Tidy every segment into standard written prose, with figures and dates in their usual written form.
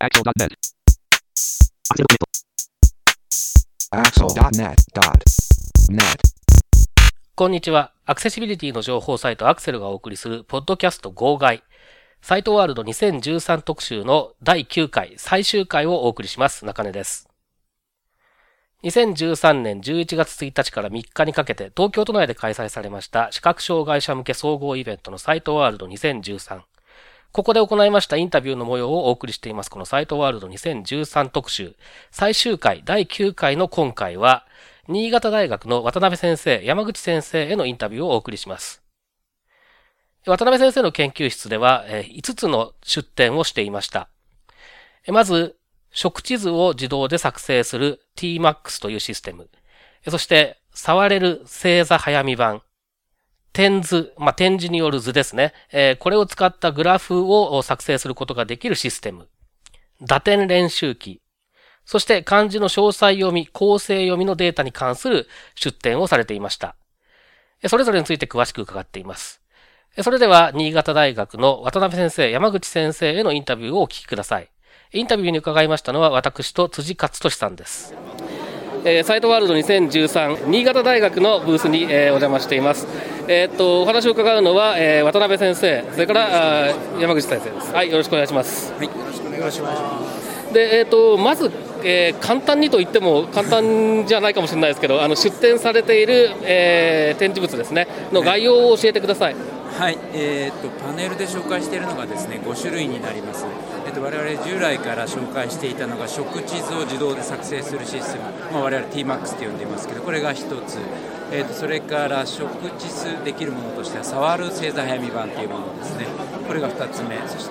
Axel.net. Axel.net.net こんにちは。アクセシビリティの情報サイトアクセルがお送りするポッドキャスト号外サイトワールド2013特集の第9回最終回をお送りします。中根です。2013年11月1日から3日にかけて東京都内で開催されました視覚障害者向け総合イベントのサイトワールド2013。ここで行いましたインタビューの模様をお送りしていますこのサイトワールド2013特集最終回第9回の今回は新潟大学の渡辺先生、山口先生へのインタビューをお送りします。渡辺先生の研究室では5つの出展をしていました。まず、食地図を自動で作成する TMAX というシステム。そして、触れる星座早見版。点図、点字による図ですね。これを使ったグラフを作成することができるシステム。打点練習機。そして漢字の詳細読み、構成読みのデータに関する出展をされていました。それぞれについて詳しく伺っています。それでは、新潟大学の渡辺先生、山口先生へのインタビューをお聞きください。インタビューに伺いましたのは私と辻勝利さんです。サイトワールド2013、新潟大学のブースに、お邪魔しています。お話を伺うのは、渡辺先生、それから山口先生です。はい、よろしくお願いします。 はい、よろしくお願いします。 で、まず、簡単にと言っても簡単じゃないかもしれないですけど、出展されている、展示物ですねの概要を教えてください。 はい、パネルで紹介しているのがですね、5種類になります。我々従来から紹介していたのが食地図を自動で作成するシステム、我々 TMAX と呼んでいますけど、これが1つ、それから食地図できるものとしては触る星座早見版というものですね、これが2つ目。そして、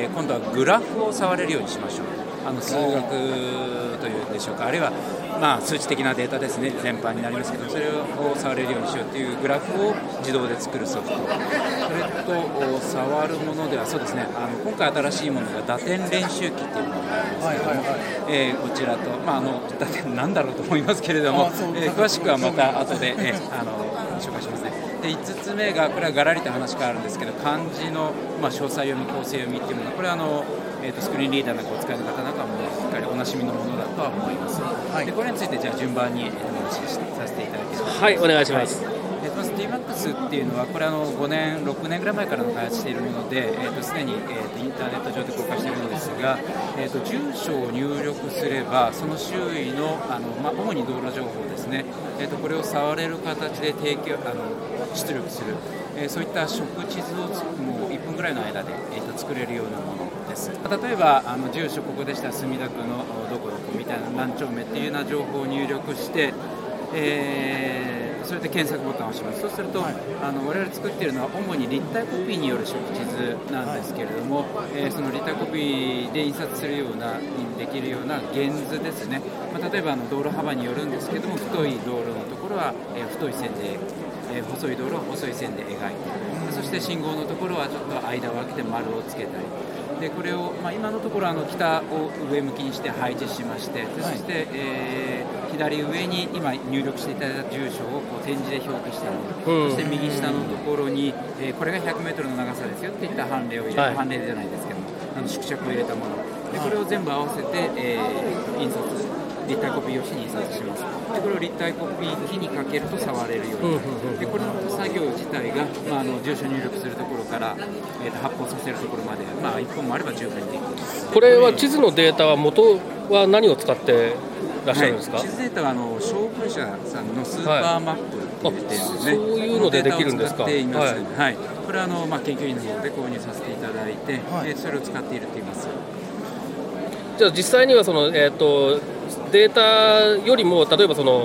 今度はグラフを触れるようにしましょう。数学というんでしょうか、あるいは数値的なデータですね、全般になりますけど、それを触れるようにしようというグラフを自動で作るソフト、それと触るものではそうですね、今回新しいものが打点練習機というものがありますけれども、こちらと、打点なんだろうと思いますけれども、詳しくはまた後で、紹介しますね。で5つ目が、これはガラリと話変わるんですけど、漢字の、詳細読み、構成読みっていうもの、これはスクリーンリーダーなんかお使いの方なんかもしっかりおなじみのものだとは思います。はい、でこれについてじゃあ順番にお話しさせていただきます。 はい、お願いします。 まず TMAX っていうのは、これ5年、6年ぐらい前からの開発しているもので、すでに、インターネット上で公開しているのですが、住所を入力すれば、その周囲の、主に道路情報ですね、これを触れる形で出力する、そういった食地図をもう1分ぐらいの間で、作れるようなものです。例えば住所ここでしたら墨田区のどこどこみたいな何丁目っていうような情報を入力して、それで検索ボタンを押します。そうすると、我々作っているのは主に立体コピーによる食地図なんですけれども、その立体コピーで印刷するようなできるような原図ですね、例えば道路幅によるんですけども、太い道路のところは、太い線で、細い道路は細い線で描いて、そして信号のところはちょっと間を空けて丸をつけたりで、これを、今のところ北を上向きにして配置しまして、そして、左上に今入力していただいた住所を点字で表記したもの、そして右下のところに、これが 100m の長さですよっていった判例を入れ、判例じゃないですけども、縮尺を入れたもので、これを全部合わせて、印刷立体コピー用紙に印刷します。でこれを立体コピー機にかけると触れるようになる。でこれの作業自体が、住所入力するところから、発行させるところまで、1本もあれば十分にできます。 これは地図のデータは元は何を使ってらっしゃるんですか？ 地図データは証券者さんのスーパーマップって言ってるんですね。 そういうのでできるんですか？ これは研究員の方で購入させていただいて、それを使っていると言います。 じゃあ実際にはその、データよりも例えばその、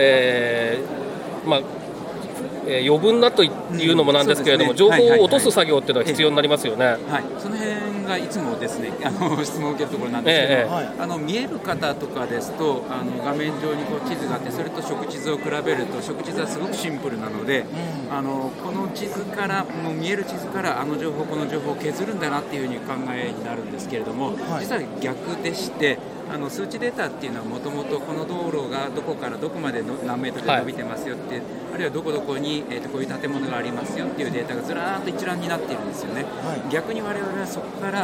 余分なというのもなんですけれども、情報を落とす作業っていうのは必要になりますよね。 その辺がいつもですね、質問を受けるところなんですけど、見える方とかですと、画面上に地図があって、それと食地図を比べると食地図はすごくシンプルなので、この地図からもう見える地図から情報この情報を削るんだなっていうふうに考えになるんですけれども、実は逆でして、数値データっていうのはもともとこの道路がどこからどこまでの何メートルで伸びてますよって、あるいはどこどこに、こういう建物がありますよっていうデータがずらーっと一覧になっているんですよね。逆に我々はそこから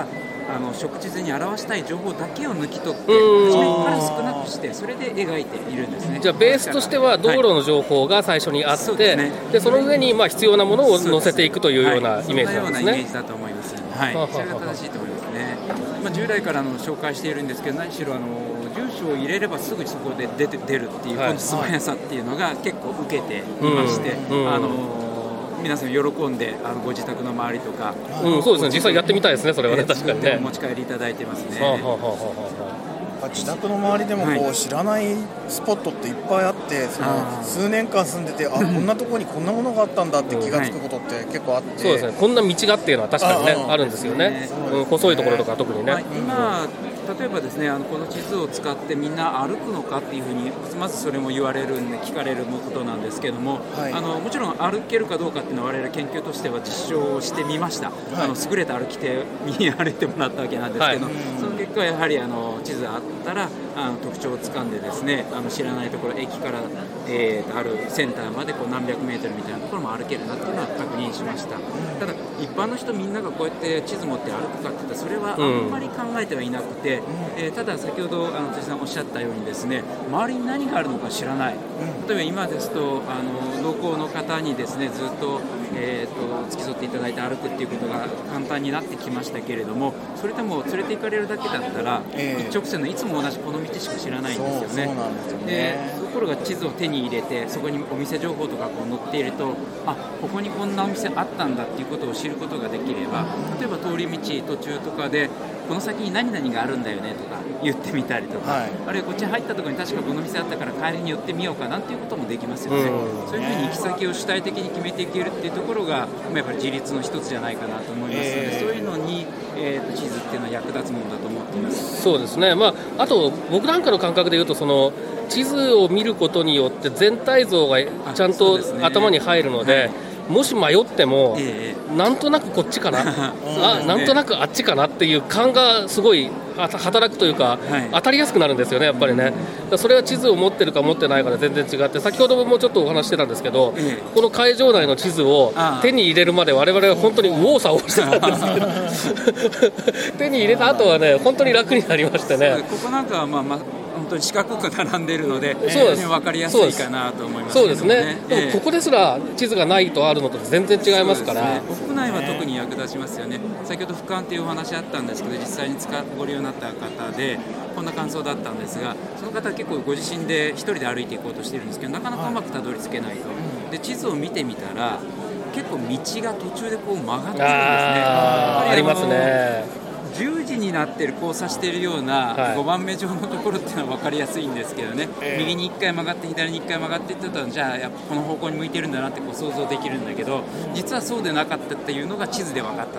食地図に表したい情報だけを抜き取って初めから少なくしてそれで描いているんですね。 じゃあベースとしては道路の情報が最初にあって、でその上に必要なものを載せていくというようなイメージなんですね。 そんなようなイメージだと思います。はい、それが正しいと思いますね。従来から紹介しているんですけど、何しろ住所を入れればすぐそこで出るっていうこの素早さっていうのが結構受けていまして、皆さん喜んでご自宅の周りとか、 そうですね、実際やってみたいですね、それはね、確かにね。 お持ち帰りいただいてますね。 自宅の周りでも知らないスポットっていっぱいあって、数年間住んでてこんなところにこんなものがあったんだって気がつくことって結構あって、 そうですね、こんな道がっていうのは確かにねあるんですよね。細いところとか特にね。 今例えばですね、この地図を使ってみんな歩くのかっていうふうにまずそれも言われるんで聞かれることなんですけども、もちろん歩けるかどうかっていうのは我々研究としては実証をしてみました。優れた歩き手に歩いてもらったわけなんですけど、その結果やはり地図あったら特徴をつかんでですね、知らないところ駅から、あるセンターまで何百メートルみたいなところも歩けるなっていうのは確認しました。ただ一般の人みんながこうやって地図持って歩くかっていったらそれはあんまり考えてはいなくて、ただ先ほど辻さんおっしゃったようにですね、周りに何があるのか知らない、例えば今ですと同行の方にですねずっと、付き添っていただいて歩くっていうことが簡単になってきましたけれども、それでも連れて行かれるだけだったら、一直線のいつも同じこの道しか知らないんですよね。ところが地図を手に入れてそこにお店情報とか載っていると、ここにこんなお店あったんだっていうことを知ることができれば、例えば通り道途中とかでこの先に何々があるんだよねとか言ってみたりとか、あるいはこっちに入ったところに確かこの店あったから帰りに寄ってみようかなっていうこともできますよね。そういうふうに行き先を主体的に決めていけるっていうところが、やっぱり自立の一つじゃないかなと思いますので、そういうのに、地図っていうのは役立つものだと思っています。 そうですね、あと僕なんかの感覚でいうと地図を見ることによって全体像がちゃんと頭に入るので、もし迷っても、なんとなくこっちかな、なんとなくあっちかなっていう感がすごい働くというか、当たりやすくなるんですよね、やっぱりね。それは地図を持ってるか持ってないかで全然違って、先ほどもちょっとお話してたんですけど、この会場内の地図を手に入れるまで我々は本当に右往左往してたんですけど手に入れた後はね本当に楽になりましてね。 ここなんかは本当に四角く並んでいるので、分かりやすいかなと思います。 そうですね。でもここですら地図がないとあるのと全然違いますから。 屋内は特に役立ちますよね。先ほど俯瞰というお話あったんですけど、実際にご利用になった方でこんな感想だったんですが、その方は結構ご自身で一人で歩いていこうとしているんですけど、なかなかうまくたどり着けないと。で地図を見てみたら結構道が途中でこう曲がってるんですね。 ありますね。 十字になっている交差しているような5番目状のところっていうのは分かりやすいんですけどね、右に1回曲がって左に1回曲がっていってたら、じゃあやっぱこの方向に向いてるんだなって想像できるんだけど、実はそうでなかったっていうのが地図で分かった、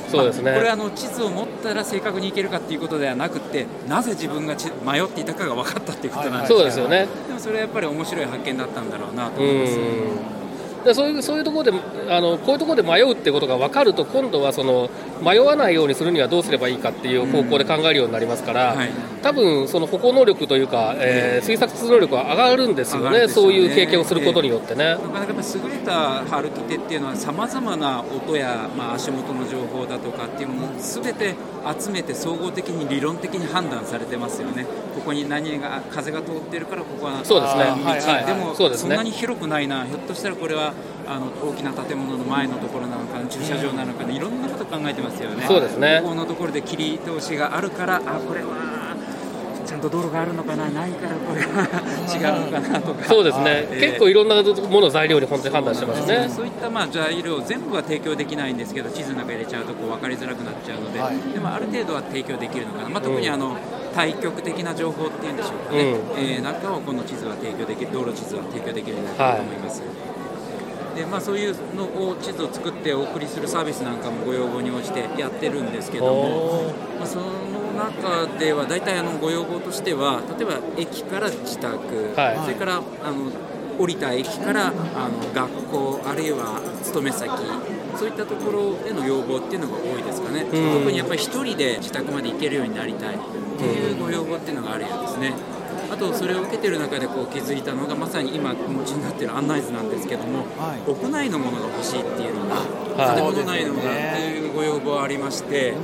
そうですね。 これは地図を持ったら正確に行けるかっていうことではなくて、なぜ自分が迷っていたかが分かったっていうことなんですから、 そうですよね。 でもそれはやっぱり面白い発見だったんだろうなと思います。 そういうところでこういうところで迷うってことが分かると、今度は迷わないようにするにはどうすればいいかっていう方向で考えるようになりますから、多分歩行能力というか、推察能力は上がるんですよね。そういう経験をすることによってね。なかなか優れた歩き手っていうのはさまざまな音や、足元の情報だとかっていうものを全て集めて総合的に理論的に判断されてますよね。ここに風が通ってるからここはそうですね。 でもそんなに広くないな、ひょっとしたらこれは大きな建物の前のところなのか駐車場なのか、いろんなこと考えてますよね。 そうですね。 ここのところで切り通しがあるから、これはちゃんと道路があるのかな、ないからこれは違うのかなとか。 そうですね、結構いろんなものを材料に本当に判断してますね。 そういった材料全部は提供できないんですけど、地図の中に入れちゃうと分かりづらくなっちゃうので、でもある程度は提供できるのかな、特に対極的な情報っていうんでしょうかね、なんかをこの地図は提供できる、道路地図は提供できるんだと思います。でそういうのを地図を作ってお送りするサービスなんかもご要望に応じてやってるんですけども、その中では大体ご要望としては、例えば駅から自宅、それから降りた駅から学校、あるいは勤め先、そういったところへの要望っていうのが多いですかね。特にやっぱり一人で自宅まで行けるようになりたいというご要望っていうのがあるようですね。あとそれを受けている中で気づいたのが、まさに今お持ちになっている案内図なんですけども、屋内のものが欲しいっていうのが、建物内のものがっていうご要望ありまして、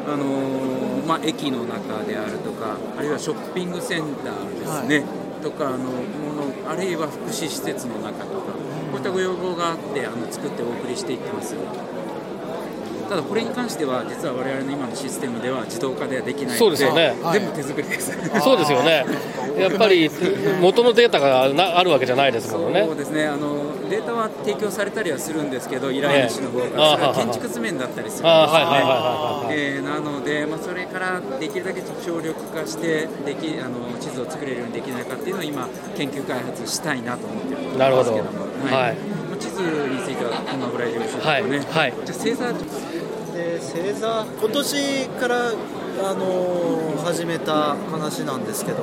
駅の中であるとか、あるいはショッピングセンターですね、とかあるいは福祉施設の中とか、こういったご要望があって作ってお送りしていってます。ただこれに関しては実は我々の今のシステムでは自動化ではできないので、 そうですよね、 全部手作りです。 そうですよね。やっぱり元のデータがあるわけじゃないですもんね。 そうですね。データは提供されたりはするんですけど、依頼主の方からそれは建築図面だったりするんですね。なので、それからできるだけ省力化して地図を作れるようにできないかっていうのを今研究開発したいなと思っているんですけども、地図についてはこのぐらいでよろしいですかね。じゃあ星座今年から始めた話なんですけど、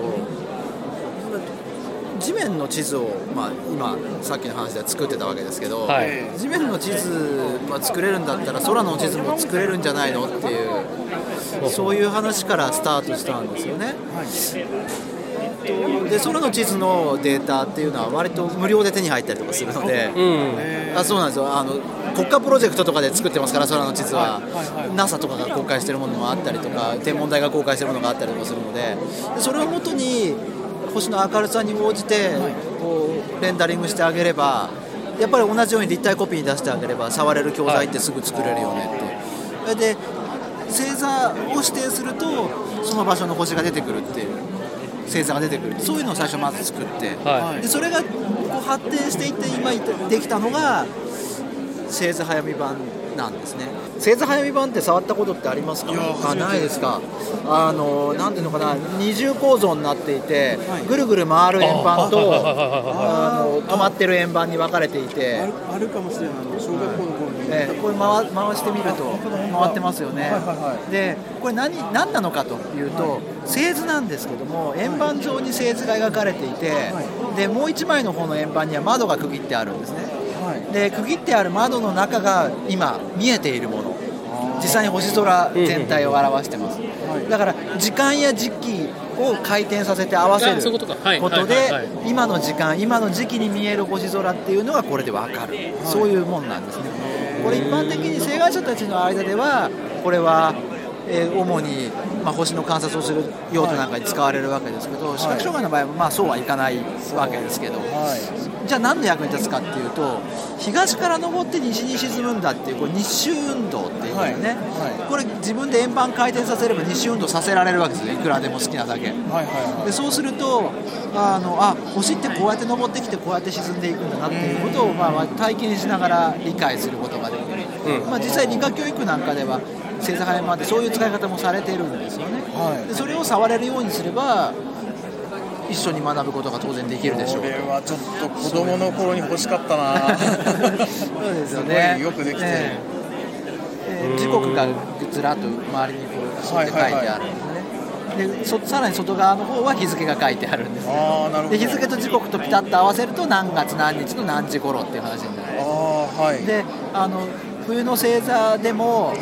地面の地図を、今さっきの話で作ってたわけですけど、地面の地図、作れるんだったら空の地図も作れるんじゃないのっていう、そういう話からスタートしたんですよね。で空の地図のデータっていうのは割と無料で手に入ったりとかするので、そうなんですよ。国家プロジェクトとかで作ってますから、空の地図は NASA とかが公開しているものもあったりとか、天文台が公開しているものがあったりとかするので、それをもとに星の明るさに応じてこうレンダリングしてあげれば、やっぱり同じように立体コピーに出してあげれば触れる教材ってすぐ作れるよねって。で星座を指定するとその場所の星が出てくるっていう、星座が出てくる、そういうのを最初まず作って、でそれがこう発展していって今できたのが星座早見版なんですね。星座早見版って触ったことってありますか？ないですか。なんていうのかな、二重構造になっていて、ぐるぐる回る円盤と止まってる円盤に分かれていて、 あるかもしれない。小学校の頃に、 これ回してみると回ってますよね。でこれ何なのかというと、星図なんですけども、円盤上に星図が描かれていて、でもう一枚の方の円盤には窓が区切ってあるんですね。で区切ってある窓の中が今見えているもの、実際に星空全体を表してます。だから時間や時期を回転させて合わせることで、今の時間今の時期に見える星空っていうのがこれで分かる、そういうもんなんですね。これ一般的に星学者たちの間ではこれは主に星の観察をする用途なんかに使われるわけですけど、視覚障害の場合はそうはいかないわけですけど、じゃあ何の役に立つかっていうと、東から昇って西に沈むんだっていう、これ日周運動っていうんですよね。これ自分で円盤回転させれば日周運動させられるわけですよ、いくらでも好きなだけ。でそうすると星ってこうやって昇ってきてこうやって沈んでいくんだなっていうことを体験しながら理解することができる。実際理科教育なんかでは星座早見版でそういう使い方もされているんですよね。でそれを触れるようにすれば一緒に学ぶことが当然できるでしょう。 これはちょっと子供の頃に欲しかったな。 そうですよね。 よくできてる。 時刻がずらっと周りにこう書いてあるんですね。でさらに外側の方は日付が書いてあるんですね。で日付と時刻とピタッと合わせると何月何日の何時頃っていう話になる。で冬の星座でも、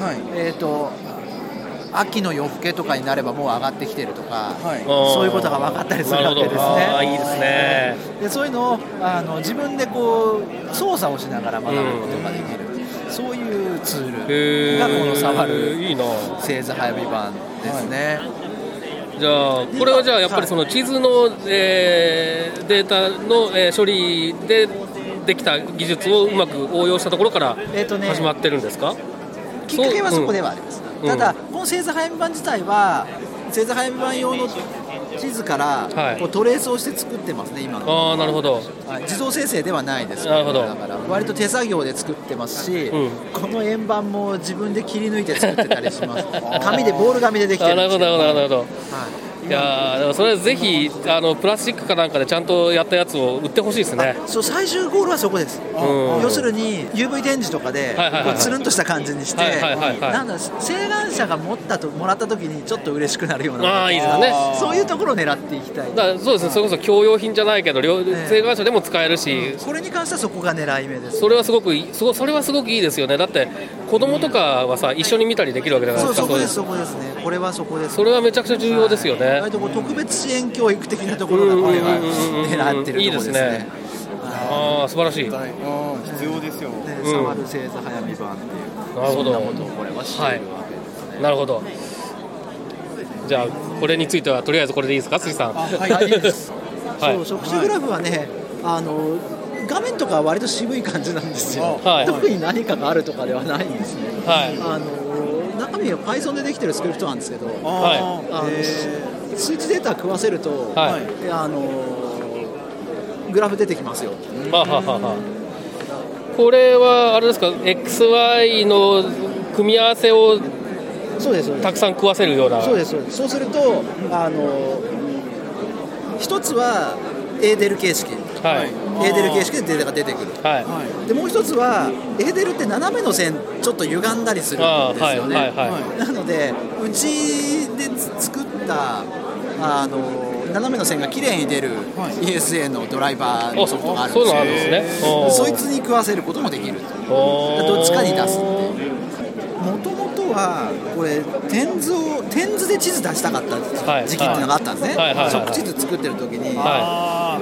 秋の夜更けとかになればもう上がってきてるとか、そういうことが分かったりするわけですね。 いいですね。 でそういうのを自分でこう操作をしながら学ぶことができる、そういうツールがこの触る星座早見版ですね。 じゃあこれはじゃあやっぱりその地図の、データの、処理でできた技術をうまく応用したところから始まってるんですか？ きっかけはそこではあります。ただこの星座早見版自体は星座早見版用の地図からこうトレースをして作ってますね、今の。 なるほど。 自動生成ではないです。 なるほど。 だから割と手作業で作ってますし、この円盤も自分で切り抜いて作ってたりします。紙でボール紙でできてるんですけど。 なるほど。いやでもそれぜひプラスチックかなんかでちゃんとやったやつを売ってほしいですね。 そう最終ゴールはそこです。要するに UV 展示とかでつるんとした感じにして、なんだ請願者がもらった時にちょっと嬉しくなるような、 いいですね。 そういうところを狙っていきたい。 そうですね。それこそ共用品じゃないけど請願者でも使えるし、 これに関してはそこが狙い目です。 それはすごくいいですよね。だって子供とかはさ一緒に見たりできるわけじゃないですか。 そこですね。これはそこです。 それはめちゃくちゃ重要ですよね。 特別支援教育的なところがこれは狙ってるところですね。 素晴らしい。 必要ですよ。 触る星座早見版っていう。 なるほど。 そんなことをこれはしているわけですね。 なるほど。 じゃあこれについてはとりあえずこれでいいですか、辻さん。 はい、いいです。 はい、 そう、触手グラフはね、画面とかは割と渋い感じなんですよ、 はい、 特に何かがあるとかではないんですね、 はい、 中身は Python でできてるスクリプトなんですけど、 はい、 数値データ食わせると、はい、グラフ出てきますよ。 これはあれですか、 XY の組み合わせをたくさん食わせるような。 そうです。そうすると一つは エーデル形式、はい、エーデル形式でデータが出てくる、はい、でもう一つはエーデルって斜めの線ちょっと歪んだりするんですよね、はいはいはい、なのでうちで作った斜めの線がきれいに出る ESA のドライバーのソフトがあるんですよ。 そうなんですね。 そいつに食わせることもできると。どっちかに出すっていう。もともとはこれ点図で地図出したかった時期っていうのがあったんですね、はいはい、食地図作ってる時に、はい、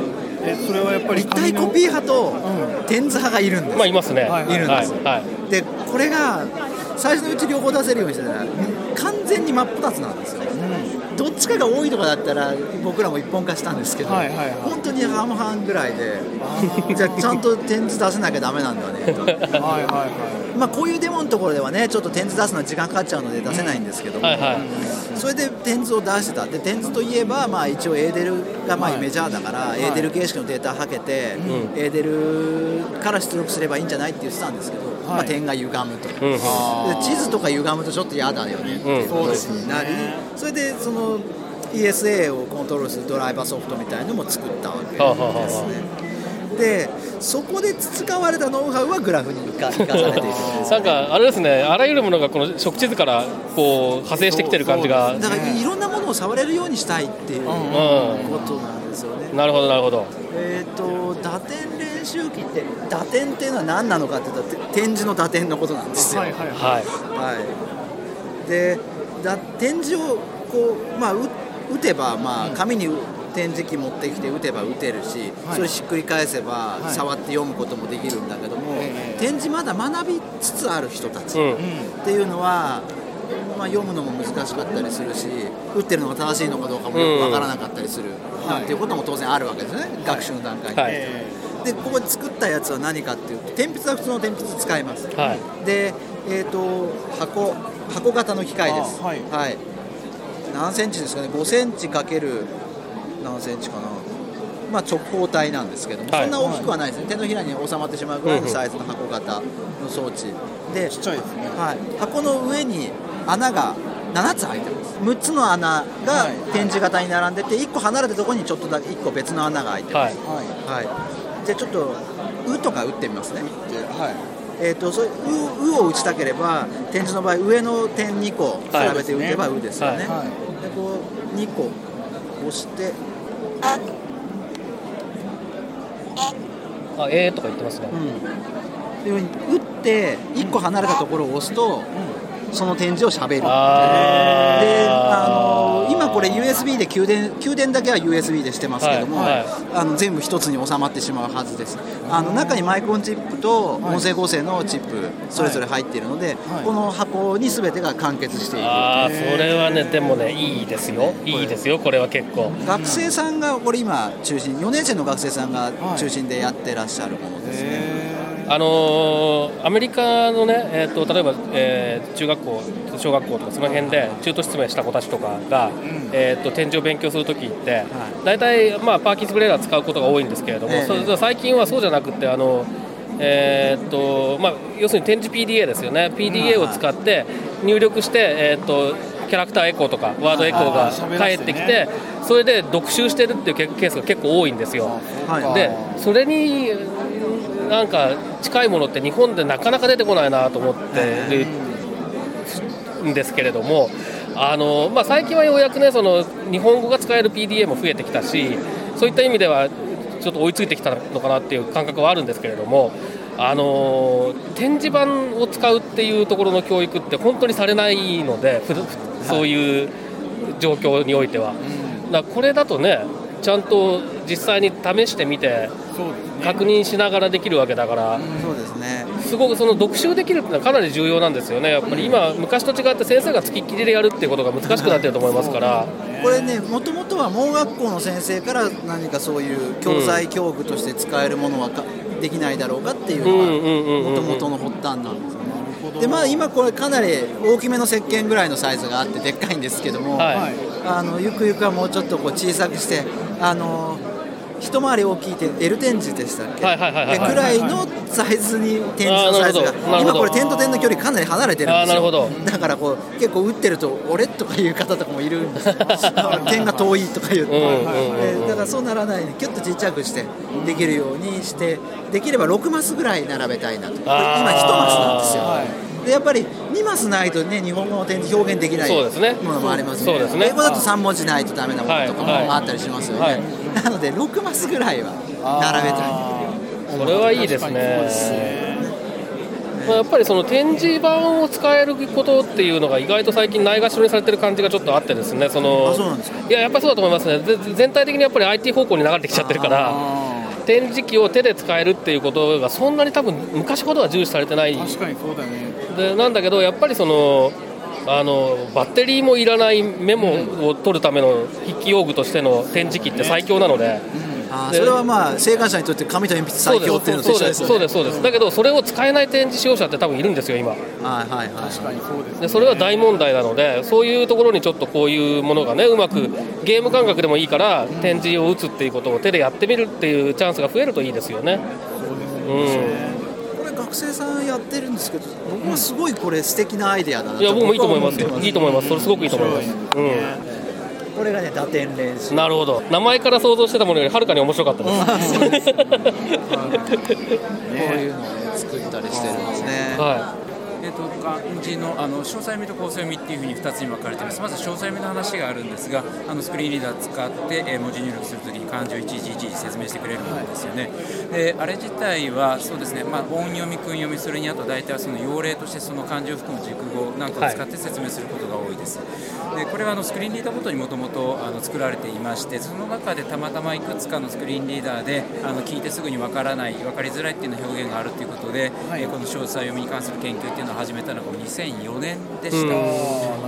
それはやっぱり立体コピー派と点図派がいるんです、 まあ、いますね、 いるんです、はいはい、でこれが最初のうち両方出せるようにしてたら完全に真っ二つなんですよ、どっちかが多いとかだったら僕らも一本化したんですけど、はいはいはい、本当に半々ぐらいでじゃあちゃんと点図出せなきゃダメなんだねとはいはい、はい、まあ、こういうデモのところではねちょっと点図出すのは時間かかっちゃうので出せないんですけども、はいはい、それで点図を出してた。で点図といえば、まあ、一応エーデルがまあメジャーだから、はい、エーデル形式のデータをはけて、エーデルから出力すればいいんじゃないって言ってたんですけど、はい、まあ、点が歪むと、で地図とか歪むとちょっと嫌だよねっていう話になり、それでそのESA をコントロールするドライバーソフトみたいなのも作ったわけですね。でそこで培われたノウハウはグラフに生かされているなんかあれですね、あらゆるものがこの食地図からこう派生してきてる感じが、 だからいろんなものを触れるようにしたいっていうことなんですよね。 なるほどなるほど。 打点練習機って打点っていうのは何なのかって言ったら点字の打点のことなんですよ。はいはいはい、はい、で点字をこう、まあ、打てば、まあ、紙に点字機持ってきて打てば打てるし、はい、それひっくり返せば触って読むこともできるんだけども、点字まだ学びつつある人たちっていうのは、まあ、読むのも難しかったりするし打ってるのが正しいのかどうかもよくわからなかったりするなんていうことも当然あるわけですね、学習の段階に、はい、でここで作ったやつは何かっていうと鉛筆は普通の鉛筆使います、はい、で、箱型の機械です、はいはい、何センチですかね、5センチかける何センチかな、まあ、直方体なんですけども、はい、そんな大きくはないですね、手のひらに収まってしまうぐらいのサイズの箱型の装置で、ちっちゃいですね、はい、箱の上に穴が7つ開いてます。6つの穴が点字型に並んでて、1個離れたところにちょっとだけ1個別の穴が開いてます、はいはい、じゃあちょっと「う」とか打ってみますね。はい、そういう「う」を打ちたければ点字の場合上の点2個並べて打てば「う」ですよね、はいはい、でこう2個押してとか言ってますね、 うん、打って1個離れたところを押すと、その点字をしゃべる。で今これ USB で給電だけは USB でしてますけども、はいはい、全部一つに収まってしまうはずです。中にマイクロンチップと音声合成のチップそれぞれ入っているので、はい、この箱に全てが完結している。 それはね、でもね、いいですよ、いいですよ、これは結構学生さんがこれ今中心、4年生の学生さんが中心でやってらっしゃるものですね。 アメリカのね、例えば、中学校、小学校とかその辺で中途失明した子たちとかが、点字を勉強するときって、大体、まあ、パーキンスブレーダー使うことが多いんですけれども、最近はそうじゃなくて、まあ、要するに点字 PDA ですよね、PDA を使って入力して、キャラクターエコーとかワードエコーが返ってきて、それで読習してるっていうケースが結構多いんですよ。でそれになんか近いものって日本でなかなか出てこないなと思ってるんですけれども、まあ、最近はようやくね、その日本語が使える PDA も増えてきたし、そういった意味ではちょっと追いついてきたのかなっていう感覚はあるんですけれども、点字版を使うっていうところの教育って本当にされないので、そういう状況においては、だこれだとね、 ちゃんと実際に試してみて確認しながらできるわけだから、 そうですね、 すごくその読習できるっていうのはかなり重要なんですよね。やっぱり今昔と違って先生が付きっきりでやるっていうことが難しくなってると思いますから、 これね、もともとは盲学校の先生から何かそういう教材教具として使えるものはできないだろうかっていうのがもともとの発端なんですよね。で今これかなり大きめの石鹸ぐらいのサイズがあってでっかいんですけども、ゆくゆくはもうちょっとこう小さくして一回り大きいL 展示でしたっけ、くらいのサイズに展示のサイズが今これ点と点の距離かなり離れてるんですよ。だからこう結構打ってると俺とかいう方とかもいるんですよ点が遠いとか言って、だからそうならないようにキュッとちっちゃくしてできるようにしてできれば6マスぐらい並べたいなと。これ今1マスなんですよ。でやっぱり2マスないとね日本語の点で表現できないものもありますね。英語だと3文字ないとダメなものとかもあったりしますよね。なので6マスぐらいは並べたい。 それはいいですね。やっぱりその展示板を使えることっていうのが意外と最近ないがしろにされてる感じがちょっとあってですね。そうなんですか。いややっぱりそうだと思いますね。全体的にやっぱり IT 方向に流れてきちゃってるから。展示機を手で使えるっていうことがそんなに多分昔ほどは重視されてない。 確かにそうだね。 でなんだけどやっぱりそのバッテリーもいらないメモを取るための筆記用具としての展示機って最強なので、 それはまあ生還者にとって紙と鉛筆最強っていうのと一緒ですよね。 そうです。だけどそれを使えない展示使用者って多分いるんですよ今。 確かにそうですね。 でそれは大問題なので、そういうところにちょっとこういうものがねうまくゲーム感覚でもいいから展示を打つっていうことを手でやってみるっていうチャンスが増えるといいですよね。 これ学生さんやってるんですけど、僕はすごいこれ素敵なアイデアだなと。 いや僕もいいと思いますよ。いいと思います。それすごくいいと思います。 これがね打点練習。 なるほど。名前から想像してたものよりはるかに面白かったです。 こういうのを作ったりしてるんですね。 漢字の詳細読みと構成読みっていうふうに2つに分かれています。まず詳細読みの話があるんですが、スクリーンリーダー使って文字入力するときに漢字をいちいち説明してくれるものですよね。であれ自体はそうですね、音読み訓読みするにあと大体はその用例としてその漢字を含む熟語なんかを使って説明することが多いです。でこれはスクリーンリーダーごとにもともと作られていまして、その中でたまたまいくつかのスクリーンリーダーで聞いてすぐに分かりづらいっていうの表現があるということで、この詳細読みに関する研究っていうのを始めたのが2004年でした。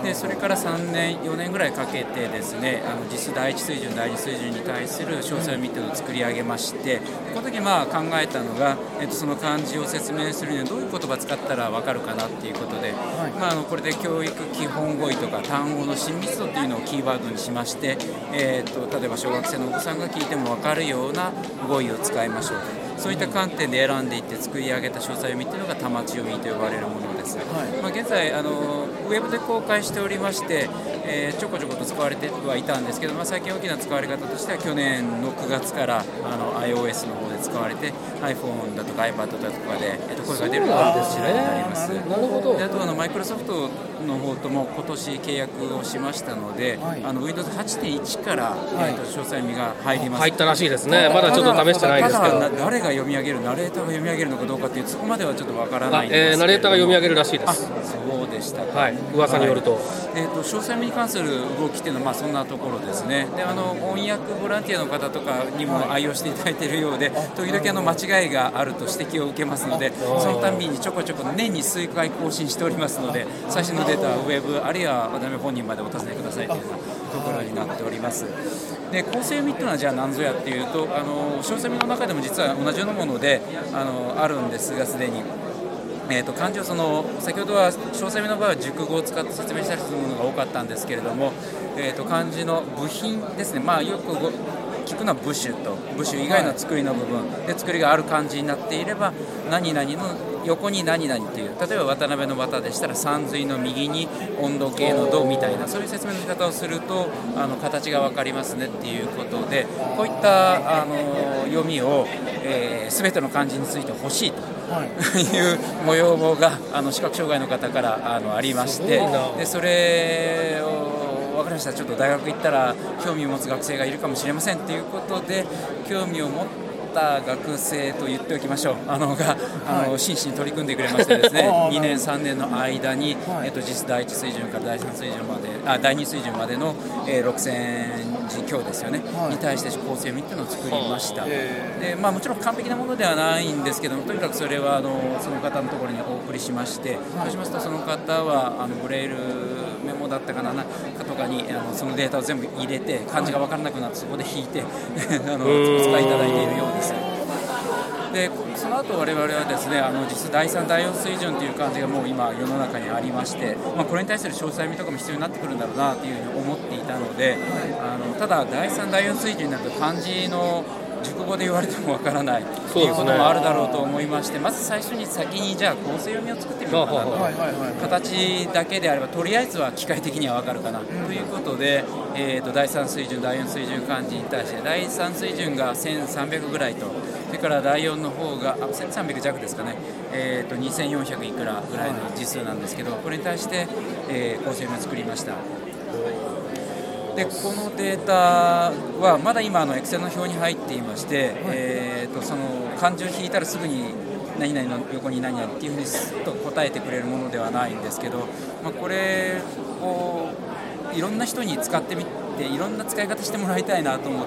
でそれから3年4年ぐらいかけてですね実質第1水準第2水準に対する詳細読みっていうのを作り上げまして、この時考えたのが、その漢字を説明するにはどういう言葉使ったら分かるかなっていうことで、これで教育基本語彙とか単語の親密度っていうのをキーワードにしまして、例えば小学生のお子さんが聞いても分かるような語彙を使いましょうと、そういった観点で選んでいって作り上げた詳細読みっていうのが多摩地読みと呼ばれるものです。現在ウェブで公開しておりまして、ちょこちょこと使われてはいたんですけど、最近大きな使われ方としては去年の9月からiOS の方で使われて iPhone だとか iPad だとかで、声が出る形になります。 なるほど。 であとマイクロソフトの方とも今年契約をしましたので、Windows 8.1 から、詳細読みが入ります。 入ったらしいですね。まだちょっと試してないですけど、 誰が読み上げる、ナレーターが読み上げるのかどうかっていうそこまではちょっとわからないんですけど、 ナレーターが読み上げるらしいです。 そうでしたか。 噂によると、 詳細読みに関する動きっていうのはそんなところですね。で翻訳ボランティアの方とかにも愛用していただいているようで、時々間違いがあると指摘を受けますので、そのたびにちょこちょこ年に数回更新しておりますので、最新のデータはウェブあるいは渡辺本人までお尋ねくださいというようなところになっております。で構成読みっていうのはじゃあ何ぞやっていうと、詳細読みの中でも実は同じようなものであるんですが、すでに漢字を先ほどは詳細読みの場合は熟語を使って説明したりするものが多かったんですけれども、漢字の部品ですね、よく聞くのは部首と部首以外の作りの部分で作りがある漢字になっていれば、何々の横に何々っていう、例えば渡辺の渡でしたら山水の右に温度計の度みたいな、そういう説明の仕方をすると形が分かりますねっていうことで、こういった読みを、全ての漢字について欲しいという模様が視覚障害の方からありまして、でそれを分かりました、ちょっと大学行ったら興味を持つ学生がいるかもしれませんということで、興味を持っった学生と言っておきましょう、真摯に取り組んでくれましてですね2年3年の間に、実質第1水準から第3水準まで第2水準までの、6000字強ですよね、に対して構成読みっていうのを作りました。で、もちろん完璧なものではないんですけども、とにかくそれはその方のところにお送りしまして、そうしますとその方はブレイルメモだったかなとかにそのデータを全部入れて漢字が分からなくなってそこで引いてお使いいただいているようです。でその後我々はですね実質第3、第4水準という感じがもう今世の中にありまして、これに対する詳細見とかも必要になってくるんだろうなというふうに思っていたので、ただ第3、第4水準になると漢字の熟語で言われてもわからないということもあるだろうと思いまして、まず最初に先にじゃあ構成読みを作ってみようかなと、形だけであればとりあえずは機械的にはわかるかなということで、第3水準、第4水準漢字に対して第3水準が1300ぐらいと、それから第4の方が1300弱ですかね、2400いくらぐらいの字数なんですけど、これに対して、構成読みを作りました。でこのデータはまだ今Excel の表に入っていまして、その漢字を引いたらすぐに何々の横に何々っていうふうにすっと答えてくれるものではないんですけど、これをいろんな人に使ってみていろんな使い方してもらいたいなと思って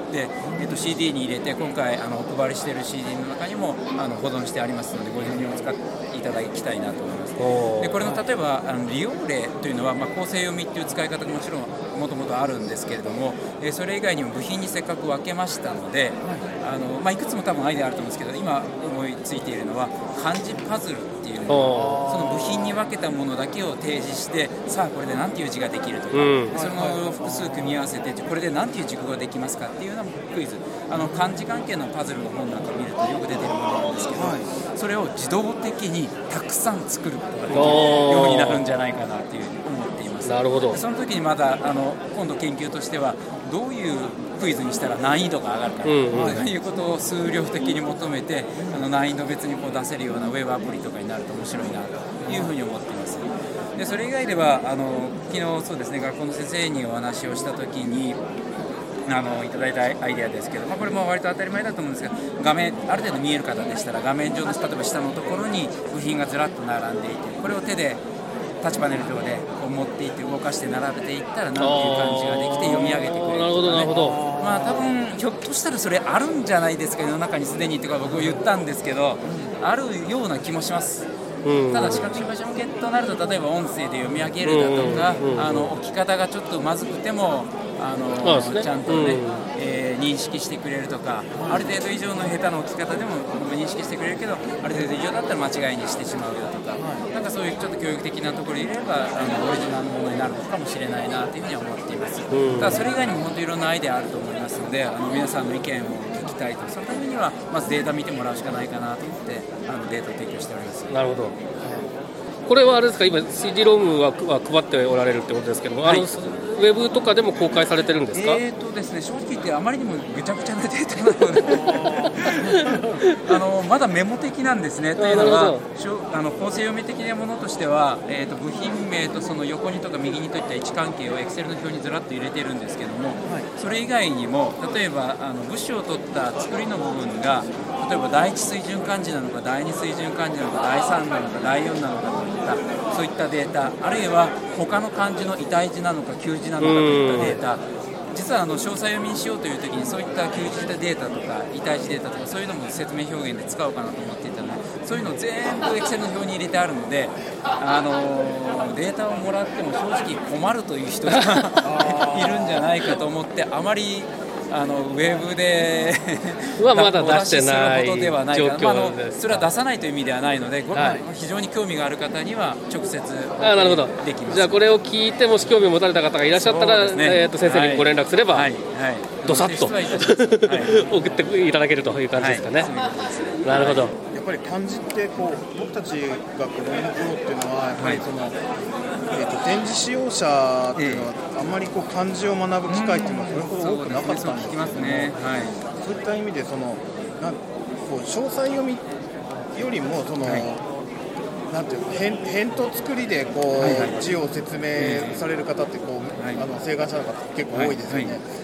、CD に入れて今回お配りしている CD の中にも保存してありますのでご自由にお使っていただきたいなと思います。でこれの例えば利用例というのは、構成読みという使い方がもちろんもともとあるんですけれども、それ以外にも部品にせっかく分けましたので、いくつも多分アイデアあると思うんですけど、今思いついているのは漢字パズルっていうのをその部品に分けたものだけを提示して、さあこれで何ていう字ができるとか、その複数組み合わせてこれで何ていう熟語ができますかっていうようなクイズ、漢字関係のパズルの本なんか見るとよく出てるものなんですけど、それを自動的にたくさん作ることができるようになるんじゃないかなというふうに思っています。 なるほど。 その時にまだ今度研究としてはどういうクイズにしたら難易度が上がるかということを数量的に求めて難易度別に出せるようなウェブアプリとかになると面白いなというふうに思っています。でそれ以外では昨日そうですね、学校の先生にお話をした時にいただいたアイデアですけど、これも割と当たり前だと思うんですけど、画面ある程度見える方でしたら画面上の例えば下のところに部品がずらっと並んでいて、これを手でタッチパネル上で持っていって動かして並べていったらなんていう感じができて読み上げてくれるとかね。なるほどなるほど。多分ひょっとしたらそれあるんじゃないですか、世の中にすでにとか僕言ったんですけど、あるような気もします。ただ視覚障害者向けとなると例えば音声で読み上げるだとか、置き方がちょっとまずくてもちゃんとね、認識してくれるとか、ある程度以上の下手な置き方でも認識してくれるけどある程度以上だったら間違いにしてしまうよとか、なんかそういうちょっと教育的なところに入れればオリジナルのものになるのかもしれないなというふうには思っています。ただそれ以外にも本当にいろんなアイデアあると思いますので、皆さんの意見を聞きたいと、そのためにはまずデータ見てもらうしかないかなと思ってデータを提供しております。 なるほど。これはあれですか、今 CD ロムは配っておられるってことですけども、ウェブとかでも公開されてるんですか？ ですね、正直言ってあまりにもぐちゃぐちゃなデータなのでまだメモ的なんですね。というのは構成読み的なものとしては、部品名とその横にとか右にといった位置関係を Excel の表にずらっと入れてるんですけども、それ以外にも例えば部首を取った作りの部分が例えば第1水準漢字なのか第2水準漢字なのか第3なのか第4なのかといったそういったデータ、あるいは他の漢字の異体字なのか旧字なのかといったデータ、実は詳細読みにしようというときにそういった旧字データとか異体字データとかそういうのも説明表現で使おうかなと思っていたので、そういうのを全部 Excel の表に入れてあるので、データをもらっても正直困るという人がいるんじゃないかと思って、あまりウェブではまだ出してない状況です。 それは出さないという意味ではないので、非常に興味がある方には直接なるほどできます。 じゃあこれを聞いてもし興味を持たれた方がいらっしゃったら、先生にご連絡すれば、どさっと送っていただけるという感じですかね。なるほど。 やっぱり漢字って僕たちが子供の頃っていうのはやっぱり展示使用者っていうのはあんまり漢字を学ぶ機会っていうのはそれほど多くなかったんですけども、そういった意味で詳細読みよりもなんていうの辺と作りで字を説明される方って請願者の方結構多いですよね。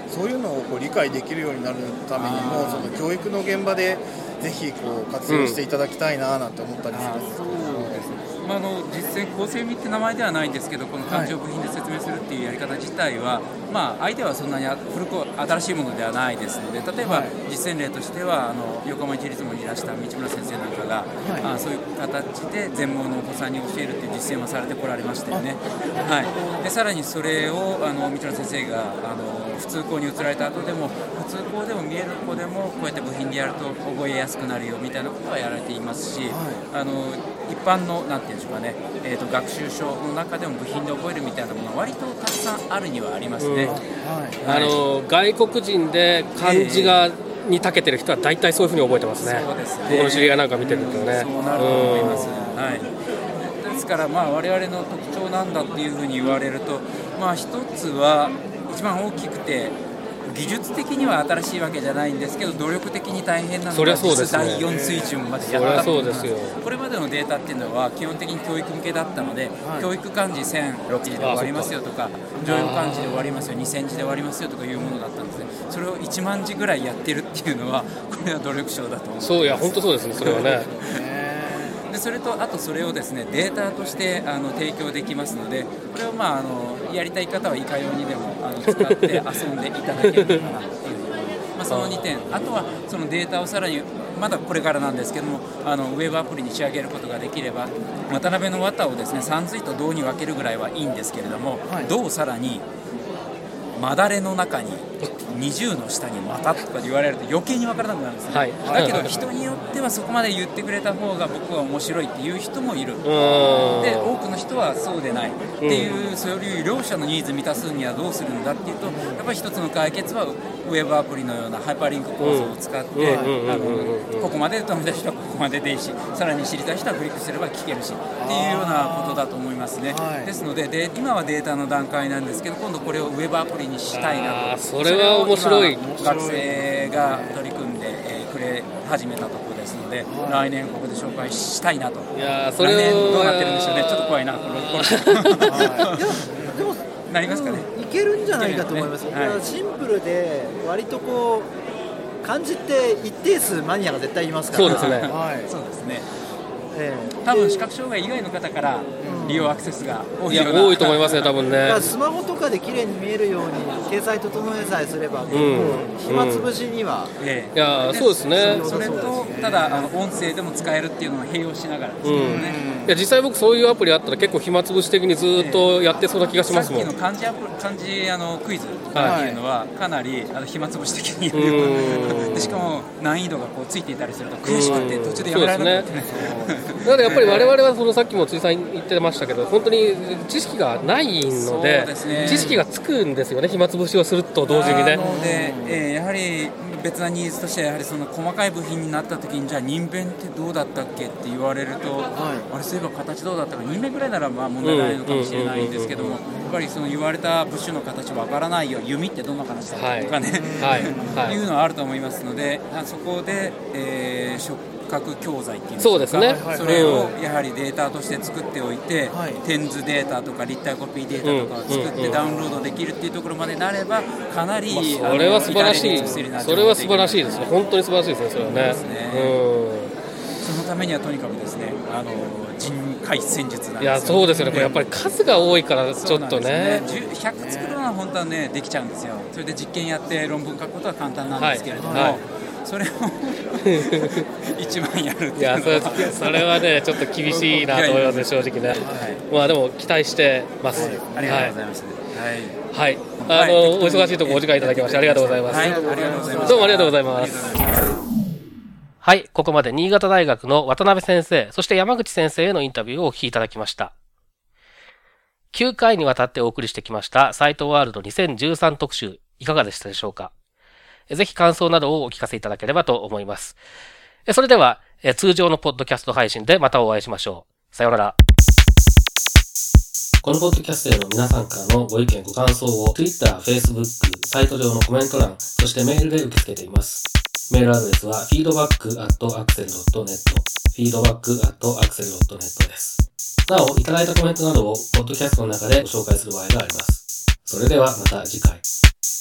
そういうのをこう理解できるようになるためにも、その教育の現場でぜひこう活用していただきたいななんて思ったりするんですけど、 実践構成見って名前ではないんですけど、この環状部品で説明するっていうやり方自体は、相手はそんなに新しいものではないですので、例えば実践例としては横浜市立もにいらした道村先生なんかが、そういう形で全盲のお子さんに教えるっていう実践をされてこられましたよね。でさらにそれを道村先生が普通校に移られた後でも、普通校でも見える子でもこうやって部品でやると覚えやすくなるよみたいなことはやられていますし、一般のなんていうんでしょうかね、学習書の中でも部品で覚えるみたいなものは割とたくさんあるにはありますね。 外国人で漢字に長けてる人は大体そういうふうに覚えてますね。 そうですね。 僕の知り合いなんか見てるとね。 そうなると思います。ですから我々の特徴なんだっていうふうに言われると、一つは一番大きくて技術的には新しいわけじゃないんですけど、努力的に大変なのが実第4水準までやったというこれまでのデータっていうのは基本的に教育向けだったので、教育漢字1006字で終わりますよとか、常用漢字で終わりますよ、2000字で終わりますよとかいうものだったんですね。それを1万字ぐらいやってるっていうのは、これは努力賞だと思います。 そう、いや本当そうですね、それはね。 でそれとあとそれをですねデータとして提供できますので、これをやりたい方はいかようにでも使って遊んでいただけるのかなっていうその2点、あとはそのデータをさらにまだこれからなんですけどもウェブアプリに仕上げることができれば、渡辺の綿をですね3髄と銅に分けるぐらいはいいんですけれども、銅をさらにまだれの中に20の下にまたとか言われると余計に分からなくなるんですね、だけど人によってはそこまで言ってくれた方が僕は面白いっていう人もいる。で多くの人はそうでないっていう、そういう両者のニーズ満たすにはどうするんだっていうと、やっぱり一つの解決はウェブアプリのようなハイパーリンク構造を使って、ここまで止めた人はここまででいいし、さらに知りたい人はクリックすれば聞けるしっていうようなことだと思いますね。ですので、今はデータの段階なんですけど、今度これをウェブアプリにしたいなと。 それは面白い。 学生が取り組んで、くれ始めたところですので、来年ここで紹介したいなと。 いやそれ来年どうなってるんでしょうね。ちょっと怖いな。 でもなりますかね。 いけるんじゃないかと思います。シンプルで割とこう漢字って一定数マニアが絶対いますから。 そうですね。 そうですね。多分視覚障害以外の方から利用アクセスが多いような、 多いと思いますね、多分ね。 スマホとかで綺麗に見えるように掲載整えさえすれば、暇つぶしには、 いやそうですね。 それとただ音声でも使えるっていうのを併用しながらですけどね。 いや実際僕そういうアプリあったら結構暇つぶし的にずっとやってそうな気がしますもん。 さっきの漢字クイズっていうのはかなり暇つぶし的にやるでしかも難易度がこうついていたりすると悔しくて途中でやめられなくてね。 だからやっぱり我々はそのさっきも辻さん言ってましたけど、本当に知識がないので、知識がつくんですよね、暇つぶしをすると同時にね。 なので、やはり別なニーズとしてはやはりその細かい部品になった時にじゃあ人弁ってどうだったっけって言われると、あれそういえば形どうだったか、人弁ぐらいなら問題ないのかもしれないんですけども、やっぱりその言われた部首の形わからないよ、弓ってどんな形だったとかね、いうのはあると思いますので、そこで、触覚教材っていうんですか、 そうですね、 それをやはりデータとして作っておいて、点図データとか立体コピーデータとかを作ってダウンロードできるっていうところまでなればかなり、 それは素晴らしい、それは素晴らしいですね、本当に素晴らしいですね、それはね。 そのためにはとにかくですね、人海戦術なんですよ。 いやそうですよね、これやっぱり数が多いからちょっとね、 100作るのは本当はねできちゃうんですよ。それで実験やって論文書くことは簡単なんですけれども、それを一番やるっていうのは、いやそれはねちょっと厳しいなと思いますね、正直ね。まあでも期待してます。 ありがとうございます。 はい、お忙しいところお時間いただきましてありがとうございます。どうもありがとうございます。はい、ここまで新潟大学の渡辺先生、そして山口先生へのインタビューをお聞きいただきました。9回にわたってお送りしてきましたサイトワールド2013特集、いかがでしたでしょうか。ぜひ感想などをお聞かせいただければと思います。それでは、通常のポッドキャスト配信でまたお会いしましょう。さようなら。このポッドキャストへの皆さんからのご意見ご感想を Twitter、Facebook、サイト上のコメント欄、そしてメールで受け付けています。メールアドレスは feedback@axel.net feedback@axel.net です。なお、いただいたコメントなどをポッドキャストの中でご紹介する場合があります。それではまた次回。